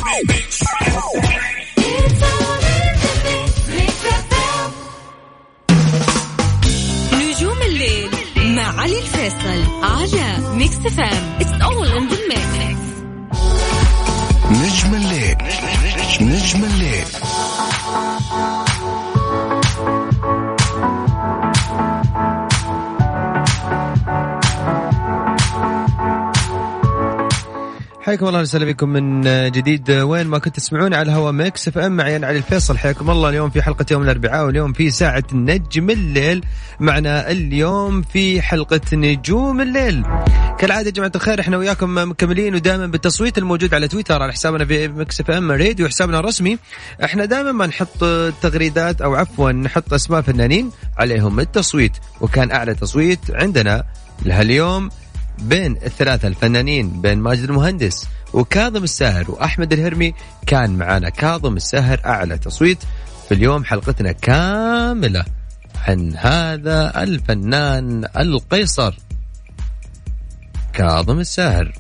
نجوم الليل مع علي الفيصل على ميكس فام. It's all in the mix. نجم الليل. نجم الليل. حياكم الله وسهلا بكم من جديد وين ما كنت تسمعون على هوا ميكس اف ام. معي علي الفيصل. حياكم الله. اليوم في حلقة يوم الأربعاء واليوم في ساعة نجم الليل. معنا اليوم في حلقة نجوم الليل كالعادة يا جماعة الخير احنا وياكم مكملين ودائما بالتصويت الموجود على تويتر على حسابنا في ميكس اف ام راديو حسابنا الرسمي. احنا دائما ما نحط تغريدات او عفوا نحط اسماء فنانين عليهم التصويت، وكان اعلى تصويت عندنا لهاليوم بين الثلاثة الفنانين بين ماجد المهندس وكاظم الساهر وأحمد الهرمي. كان معنا كاظم الساهر أعلى تصويت في اليوم. حلقتنا كاملة عن هذا الفنان القيصر كاظم الساهر.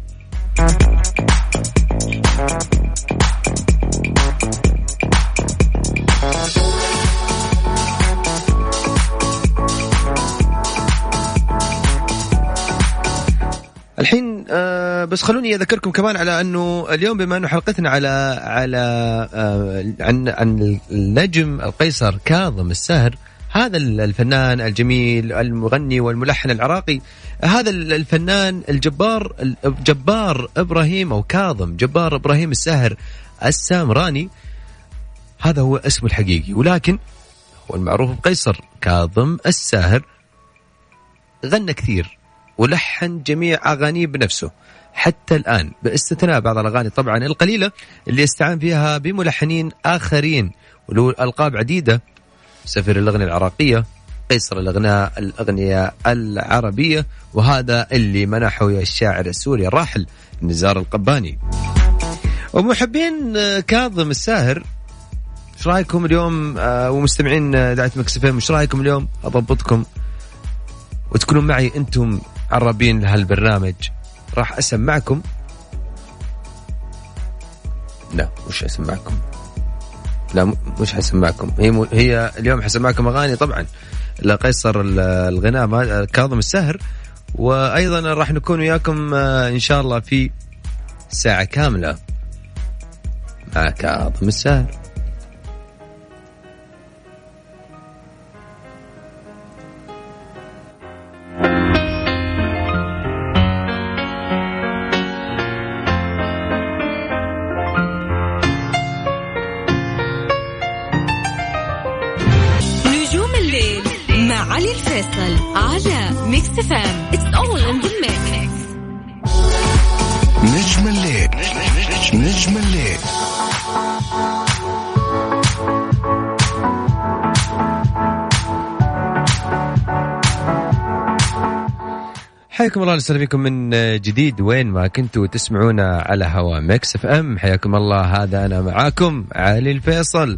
الحين بس خلوني أذكركم كمان على أنه اليوم بما أنه حلقتنا عن النجم القيصر كاظم الساهر، هذا الفنان الجميل المغني والملحن العراقي، هذا الفنان جبار إبراهيم أو كاظم جبار إبراهيم الساهر السامراني، هذا هو اسمه الحقيقي، ولكن هو المعروف بقيصر كاظم الساهر. غنى كثير ولحن جميع أغانيه بنفسه حتى الآن، باستثناء بعض الأغاني طبعا القليلة اللي استعان فيها بملحنين آخرين، وله ألقاب عديدة: سفير الأغنية العراقية، قيصر الأغنية العربية، وهذا اللي منحه الشاعر السوري الراحل نزار القباني. ومحبين كاظم الساهر، ايش رايكم اليوم ومستمعين دعاية ميكس اف ام، ايش رايكم اليوم اضبطكم وتكونوا معي انتم عرابين لهالبرنامج؟ راح اسمعكم، لا مش اسمعكم، لا مش حسمعكم، هي اليوم حسمعكم اغاني طبعا لقيصر الغناء كاظم الساهر، وايضا راح نكون وياكم ان شاء الله في ساعة كاملة مع كاظم الساهر. علي الفيصل على ميكس فام. It's all in the mix. نجم الليل. نجم الليل. حياكم الله وسهلا بكم من جديد وين ما كنتوا تسمعونا على هوا ميكس اف ام. حياكم الله. هذا أنا معاكم علي الفيصل.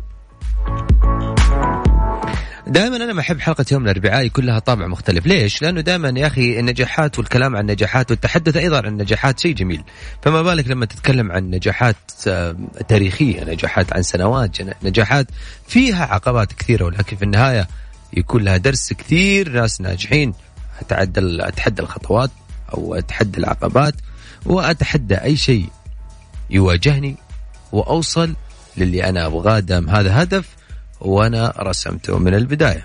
دائما أنا ما أحب حلقة يوم الأربعاء يكون لها طابع مختلف. ليش؟ لأنه دائما يا أخي النجاحات والكلام عن النجاحات والتحدث أيضا عن النجاحات شيء جميل، فما بالك لما تتكلم عن نجاحات تاريخية، نجاحات عن سنوات، نجاحات فيها عقبات كثيرة، ولكن في النهاية يكون لها درس كثير. ناس ناجحين أتحدى الخطوات أو أتحدى العقبات وأتحدى أي شيء يواجهني وأوصل للي أنا أبغاه، دام هذا هدف وأنا رسمته من البداية.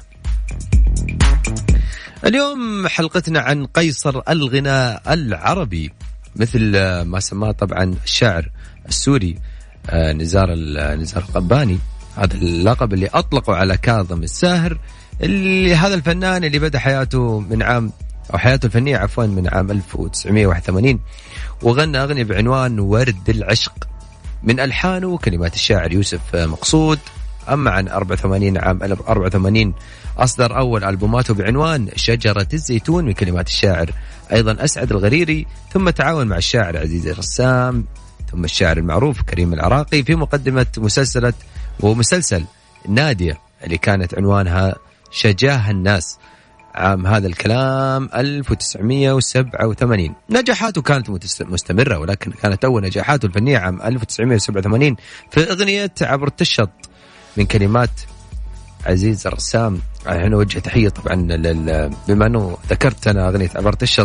اليوم حلقتنا عن قيصر الغناء العربي، مثل ما سماه طبعا الشاعر السوري نزار القباني. هذا اللقب اللي أطلقوا على كاظم الساهر، اللي هذا الفنان اللي بدأ حياته من عام أو حياته الفنية عفوا من عام 1981، وغنى أغنية بعنوان ورد العشق من ألحانه وكلمات الشاعر يوسف مقصود. أما عن 84 عام 84 أصدر أول ألبوماته بعنوان شجرة الزيتون من كلمات الشاعر أيضا أسعد الغريري، ثم تعاون مع الشاعر عزيز الرسام، ثم الشاعر المعروف كريم العراقي في مقدمة مسلسل نادية اللي كانت عنوانها شجاها الناس. عام هذا الكلام 1987. نجاحاته كانت مستمرة، ولكن كانت أول نجاحاته الفنية عام 1987 في أغنية عبر التشط من كلمات عزيز الرسام. هنا وجه تحية طبعا بما أنه ذكرت أنا أغنية عبر التشط،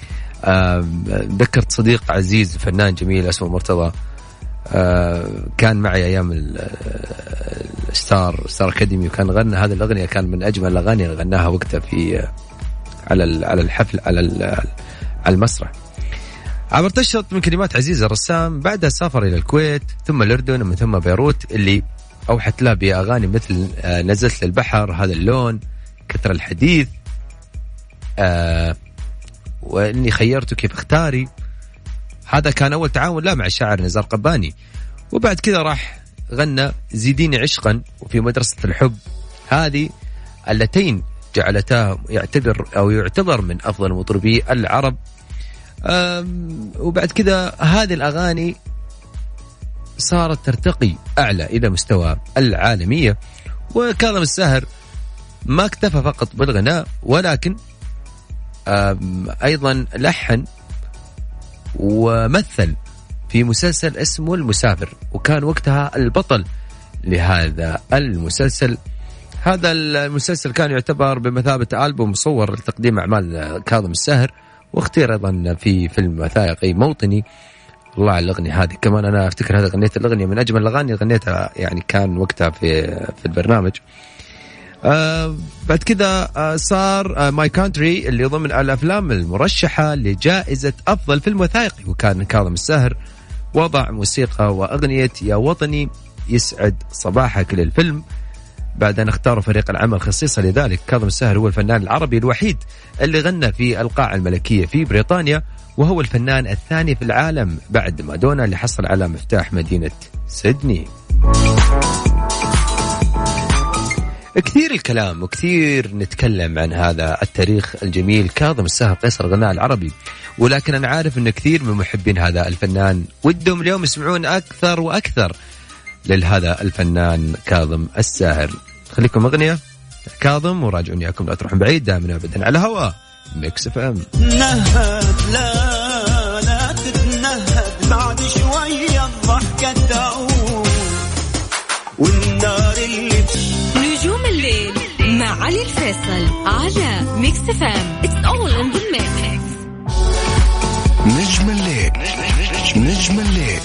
ذكرت صديق عزيز فنان جميل اسمه مرتضى، كان معي أيام ستار أكاديمي، وكان غنى هذه الأغنية، كان من أجمل الأغاني اللي غناها وقتها في على الحفل على المسرح. عبر تشط من كلمات عزيز الرسام. بعدها سافر إلى الكويت ثم الأردن ومن ثم بيروت، اللي أوحت له بأغاني مثل نزلت للبحر، هذا اللون، كثر الحديث، وإني خيرته كيف اختاري. هذا كان أول تعاون له مع الشاعر نزار قباني. وبعد كذا راح غنى زيديني عشقا وفي مدرسة الحب، هذه اللتين جعلتاه يعتبر من أفضل مطربي العرب. وبعد كذا هذه الأغاني صارت ترتقي أعلى إلى مستوى العالمية. وكاظم الساهر ما اكتفى فقط بالغناء، ولكن أيضا لحن ومثل في مسلسل اسمه المسافر، وكان وقتها البطل لهذا المسلسل. هذا المسلسل كان يعتبر بمثابة ألبوم مصور لتقديم أعمال كاظم الساهر، واختير أيضا في فيلم وثائقي موطني. الله على الأغنية هذه كمان، أنا أفتكر هذا غنيت الأغنية من أجمل الأغاني اللي غنيتها، يعني كان وقتها في البرنامج. بعد كذا صار ماي كانتري اللي ضمن الأفلام المرشحة لجائزة أفضل فيلم وثائقي، وكان كاظم الساهر وضع موسيقى وأغنية يا وطني يسعد صباحك للفيلم. بعد أن اختاروا فريق العمل خصيصا لذلك. كاظم الساهر هو الفنان العربي الوحيد اللي غنى في القاعة الملكية في بريطانيا، وهو الفنان الثاني في العالم بعد مادونا اللي حصل على مفتاح مدينة سيدني. كثير الكلام وكثير نتكلم عن هذا التاريخ الجميل كاظم الساهر قيصر الغناء العربي، ولكن أنا عارف أن كثير من محبين هذا الفنان ودهم اليوم يسمعون أكثر وأكثر لهذا الفنان كاظم الساهر. خليكم أغنية كاظم وراجعون إياكم، لا تروحون بعيد، دائما أبدا على هوا ميكس اف ام. نهد لا تتنهد، بعد شوية الضحكة تعود والنار اللي نجوم الليل مع علي الفيصل على ميكس اف ام. It's all in the mix. نجم الليل. نجم الليل.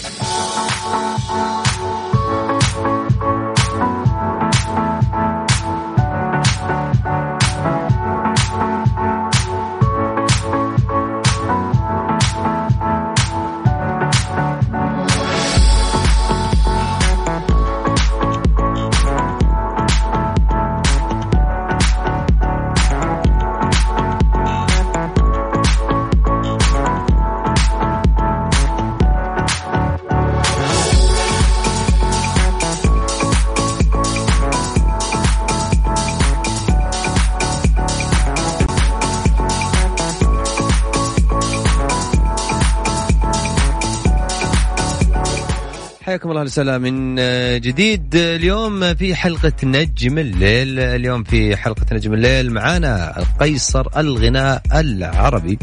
حياكم الله وسهلا من جديد. اليوم في حلقة نجم الليل، اليوم في حلقة نجم الليل معانا قيصر الغناء العربي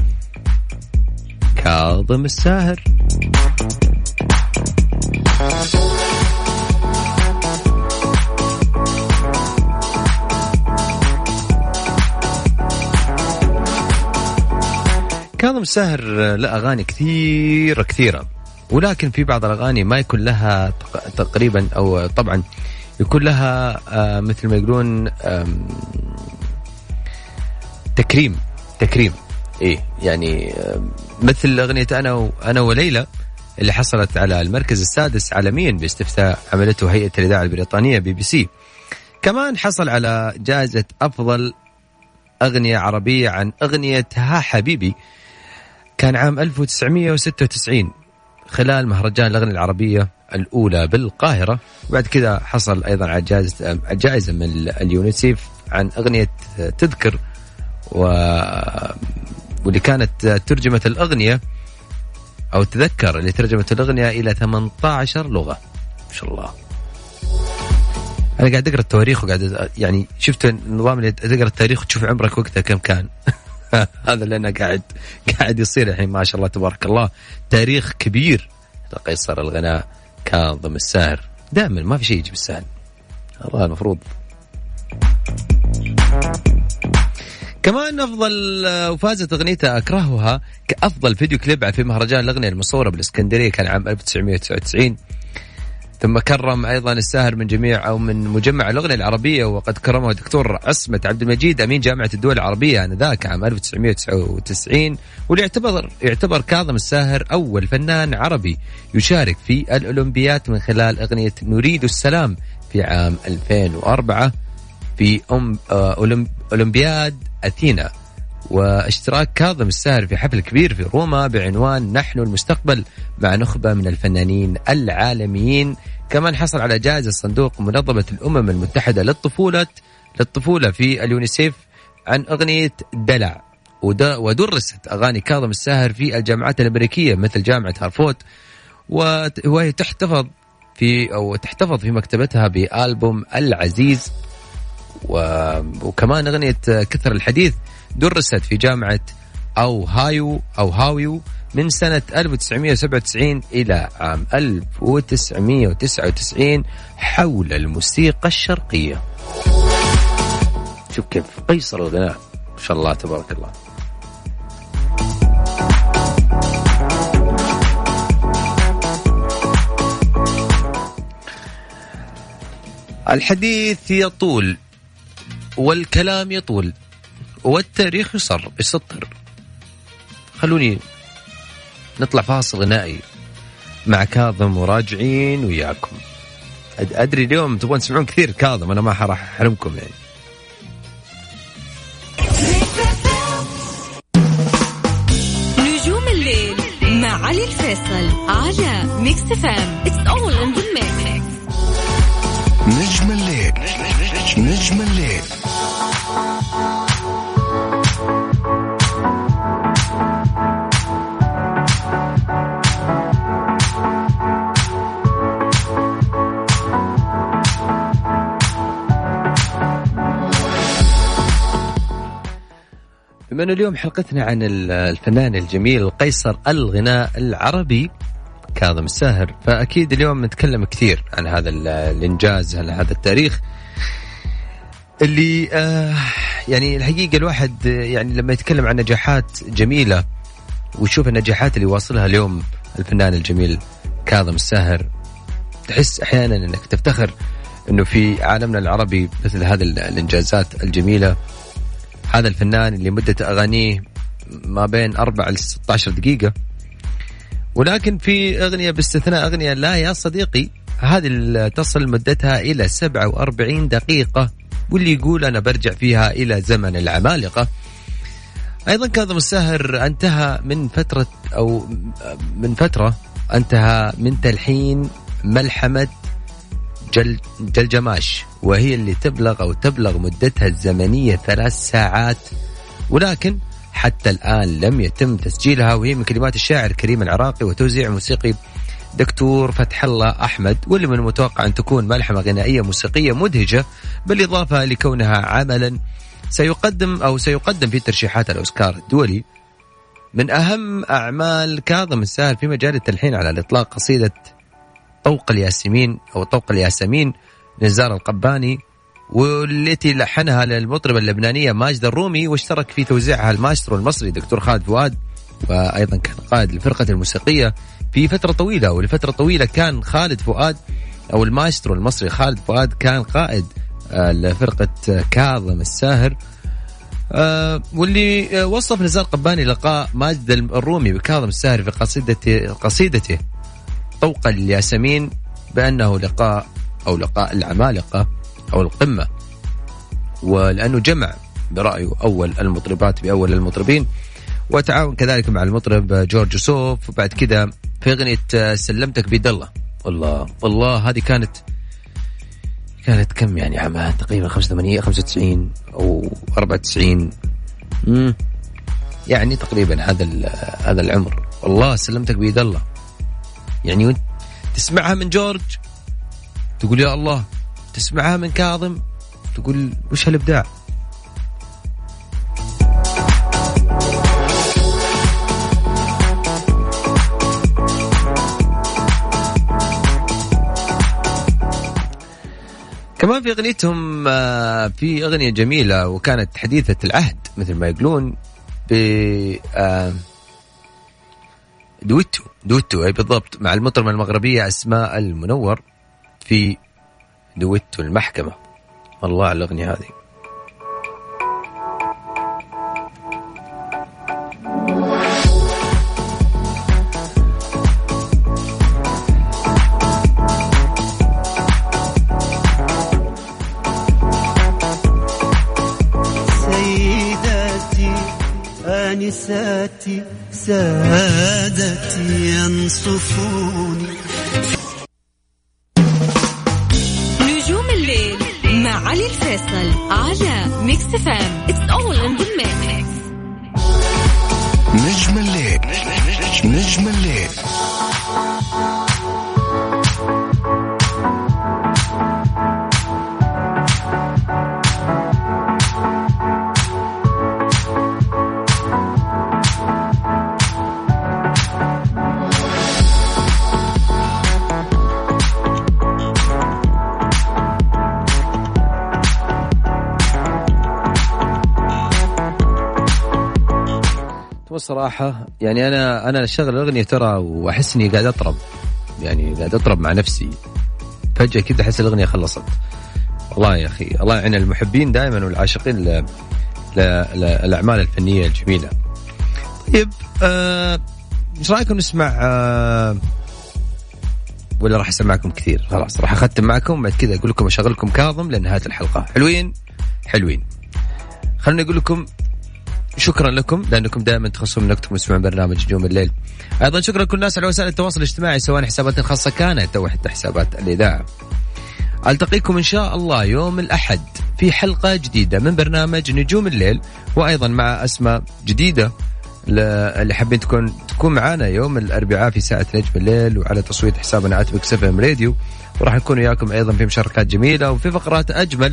كاظم الساهر. كاظم الساهر له أغاني كثيرة، ولكن في بعض الأغاني ما يكون لها تقريبا، أو طبعا يكون لها مثل ما يقولون تكريم إيه، يعني مثل أغنية أنا وليلى اللي حصلت على المركز السادس عالميا باستفتاء عملته هيئة الإذاعة البريطانية BBC. كمان حصل على جائزة أفضل أغنية عربية عن أغنية ها حبيبي، كان عام 1996 خلال مهرجان الأغنية العربية الأولى بالقاهرة. وبعد كذا حصل أيضا على جائزة من اليونيسيف عن أغنية تذكر، واللي كانت ترجمة الأغنية أو تذكر اللي ترجمة الأغنية إلى 18 لغة. ما شاء الله. أنا قاعد أقرأ التواريخ وقاعد يعني شفت النظام اللي تقرأ التاريخ وتشوف عمرك وقتها كم كان. هذا اللي أنا قاعد يصير الحين ما شاء الله تبارك الله. تاريخ كبير لقيصر الغناء كاظم الساهر. دائما ما في شيء يجي بالسهل الله المفروض. كمان أفضل وفازت أغنيتها أكرهها كأفضل فيديو كليب في مهرجان الأغنية المصورة بالإسكندرية كان عام 1999. ثم كرم أيضا الساهر من جميع أو من مجمع الأغنية العربية، وقد كرمه الدكتور عصمت عبد المجيد أمين جامعة الدول العربية آنذاك عام 1999. واللي يعتبر كاظم الساهر أول فنان عربي يشارك في الأولمبيات من خلال أغنية نريد السلام في عام 2004 في أولمبياد أثينا. واشتراك كاظم الساهر في حفل كبير في روما بعنوان نحن المستقبل مع نخبة من الفنانين العالميين. كمان حصل على جائزة صندوق منظمة الأمم المتحدة للطفولة في اليونيسيف عن أغنية دلع. ودرست أغاني كاظم الساهر في الجامعات الأمريكية مثل جامعة هارفورد، وهي تحتفظ في مكتبتها بألبوم العزيز. وكمان أغنية كثر الحديث درست في جامعة أوهايو من سنة 1997 إلى عام 1999 حول الموسيقى الشرقية. شوف كيف قيصر الغناء ما شاء الله تبارك الله. الحديث يطول والكلام يطول والتاريخ يسطر. خلوني نطلع فاصل غنائي مع كاظم وراجعين وياكم. أدري اليوم تبغون تسمعون كثير كاظم، أنا ما راح أحرمكم يعني. نجوم الليل مع علي الفيصل على ميكس فام. It's all in the mix. نجم الليل نجم الليل. بما أنه اليوم حلقتنا عن الفنان الجميل قيصر الغناء العربي كاظم الساهر، فأكيد اليوم نتكلم كثير عن هذا الإنجاز، هذا التاريخ اللي يعني الحقيقة الواحد يعني لما يتكلم عن نجاحات جميلة ويشوف النجاحات اللي واصلها اليوم الفنان الجميل كاظم الساهر، تحس أحيانا أنك تفتخر أنه في عالمنا العربي مثل هذه الإنجازات الجميلة. هذا الفنان اللي مدة أغانيه ما بين 4 ل 16 دقيقة، ولكن في أغنية باستثناء أغنية لا يا صديقي هذه تصل مدتها إلى 47 دقيقة، واللي يقول أنا برجع فيها إلى زمن العمالقة. أيضا كاظم الساهر انتهى من فترة انتهى من تلحين ملحمة جلجماش، وهي اللي تبلغ مدتها الزمنية 3 ساعات، ولكن حتى الآن لم يتم تسجيلها، وهي من كلمات الشاعر كريم العراقي وتوزيع موسيقي دكتور فتح الله أحمد، واللي من المتوقع أن تكون ملحمة غنائية موسيقية مدهجة، بالإضافة لكونها عملا سيقدم في ترشيحات الأوسكار الدولي. من أهم أعمال كاظم الساهر في مجال التلحين على الإطلاق قصيدة طوق الياسمين نزار القباني، والتي لحنها للمطربة اللبنانية ماجدة الرومي، واشترك في توزيعها المايسترو المصري دكتور خالد فؤاد، وأيضا كان قائد الفرقة الموسيقية في فترة طويلة. ولفترة طويلة كان خالد فؤاد أو المايسترو المصري خالد فؤاد كان قائد لفرقة كاظم الساهر، واللي وصف نزار قباني لقاء ماجدة الرومي بكاظم الساهر في قصيدته طوق الياسمين بأنه لقاء العمالقة أو القمة، ولأنه جمع برأيه أول المطربات بأول المطربين، وتعاون كذلك مع المطرب جورج سوف. وبعد كذا في أغنية سلمتك بيد الله، والله هذه كانت كم يعني عام تقريبا 95 أو 94 يعني تقريبا هذا العمر. والله سلمتك بيد الله يعني تسمعها من جورج تقول يا الله، تسمعها من كاظم تقول وش هالإبداع. كمان في أغنيتهم في أغنية جميلة وكانت حديثة العهد مثل ما يقولون دويتو أي بالضبط مع المطربة المغربية أسماء المنور في دويتو المحكمة. الله على الأغنية هذه. آنساتي سادتي ينصفوني. نجوم الليل مع علي الفيصل على ميكس فام. It's all in the mix. نجم الليل نجم الليل. صراحة يعني أنا أشغل الأغنية ترى وأحس إني قاعد أطرب، يعني قاعد أطرب مع نفسي فجأة كده أحس الأغنية خلصت. والله يا أخي الله يعين المحبين دائما والعاشقين للأعمال الفنية الجميلة. طيب إيش رأيكم نسمع ولا راح أسمعكم كثير؟ خلاص راح أختم معكم بعد كذا أقول لكم أشغلكم كاظم لنهاية الحلقة. حلوين خلوني أقول لكم شكرا لكم لأنكم دائما تخصصون وقتكم تسمعون برنامج نجوم الليل. أيضا شكرا لكل الناس على وسائل التواصل الاجتماعي سواء حسابات الخاصة كانت أو حتى حسابات الإذاعة. ألتقيكم إن شاء الله يوم الأحد في حلقة جديدة من برنامج نجوم الليل، وأيضا مع أسماء جديدة اللي حابين تكون معنا يوم الأربعاء في ساعة نجم الليل وعلى تصويت حسابنا @ميكس اف ام راديو، وراح نكون وياكم أيضا في مشاركات جميلة وفي فقرات أجمل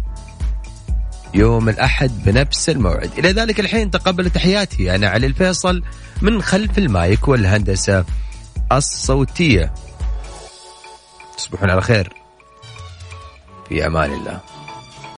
يوم الأحد بنفس الموعد. إلى ذلك الحين تقبل تحياتي أنا علي الفيصل من خلف المايك والهندسة الصوتية. تصبحون على خير في أمان الله.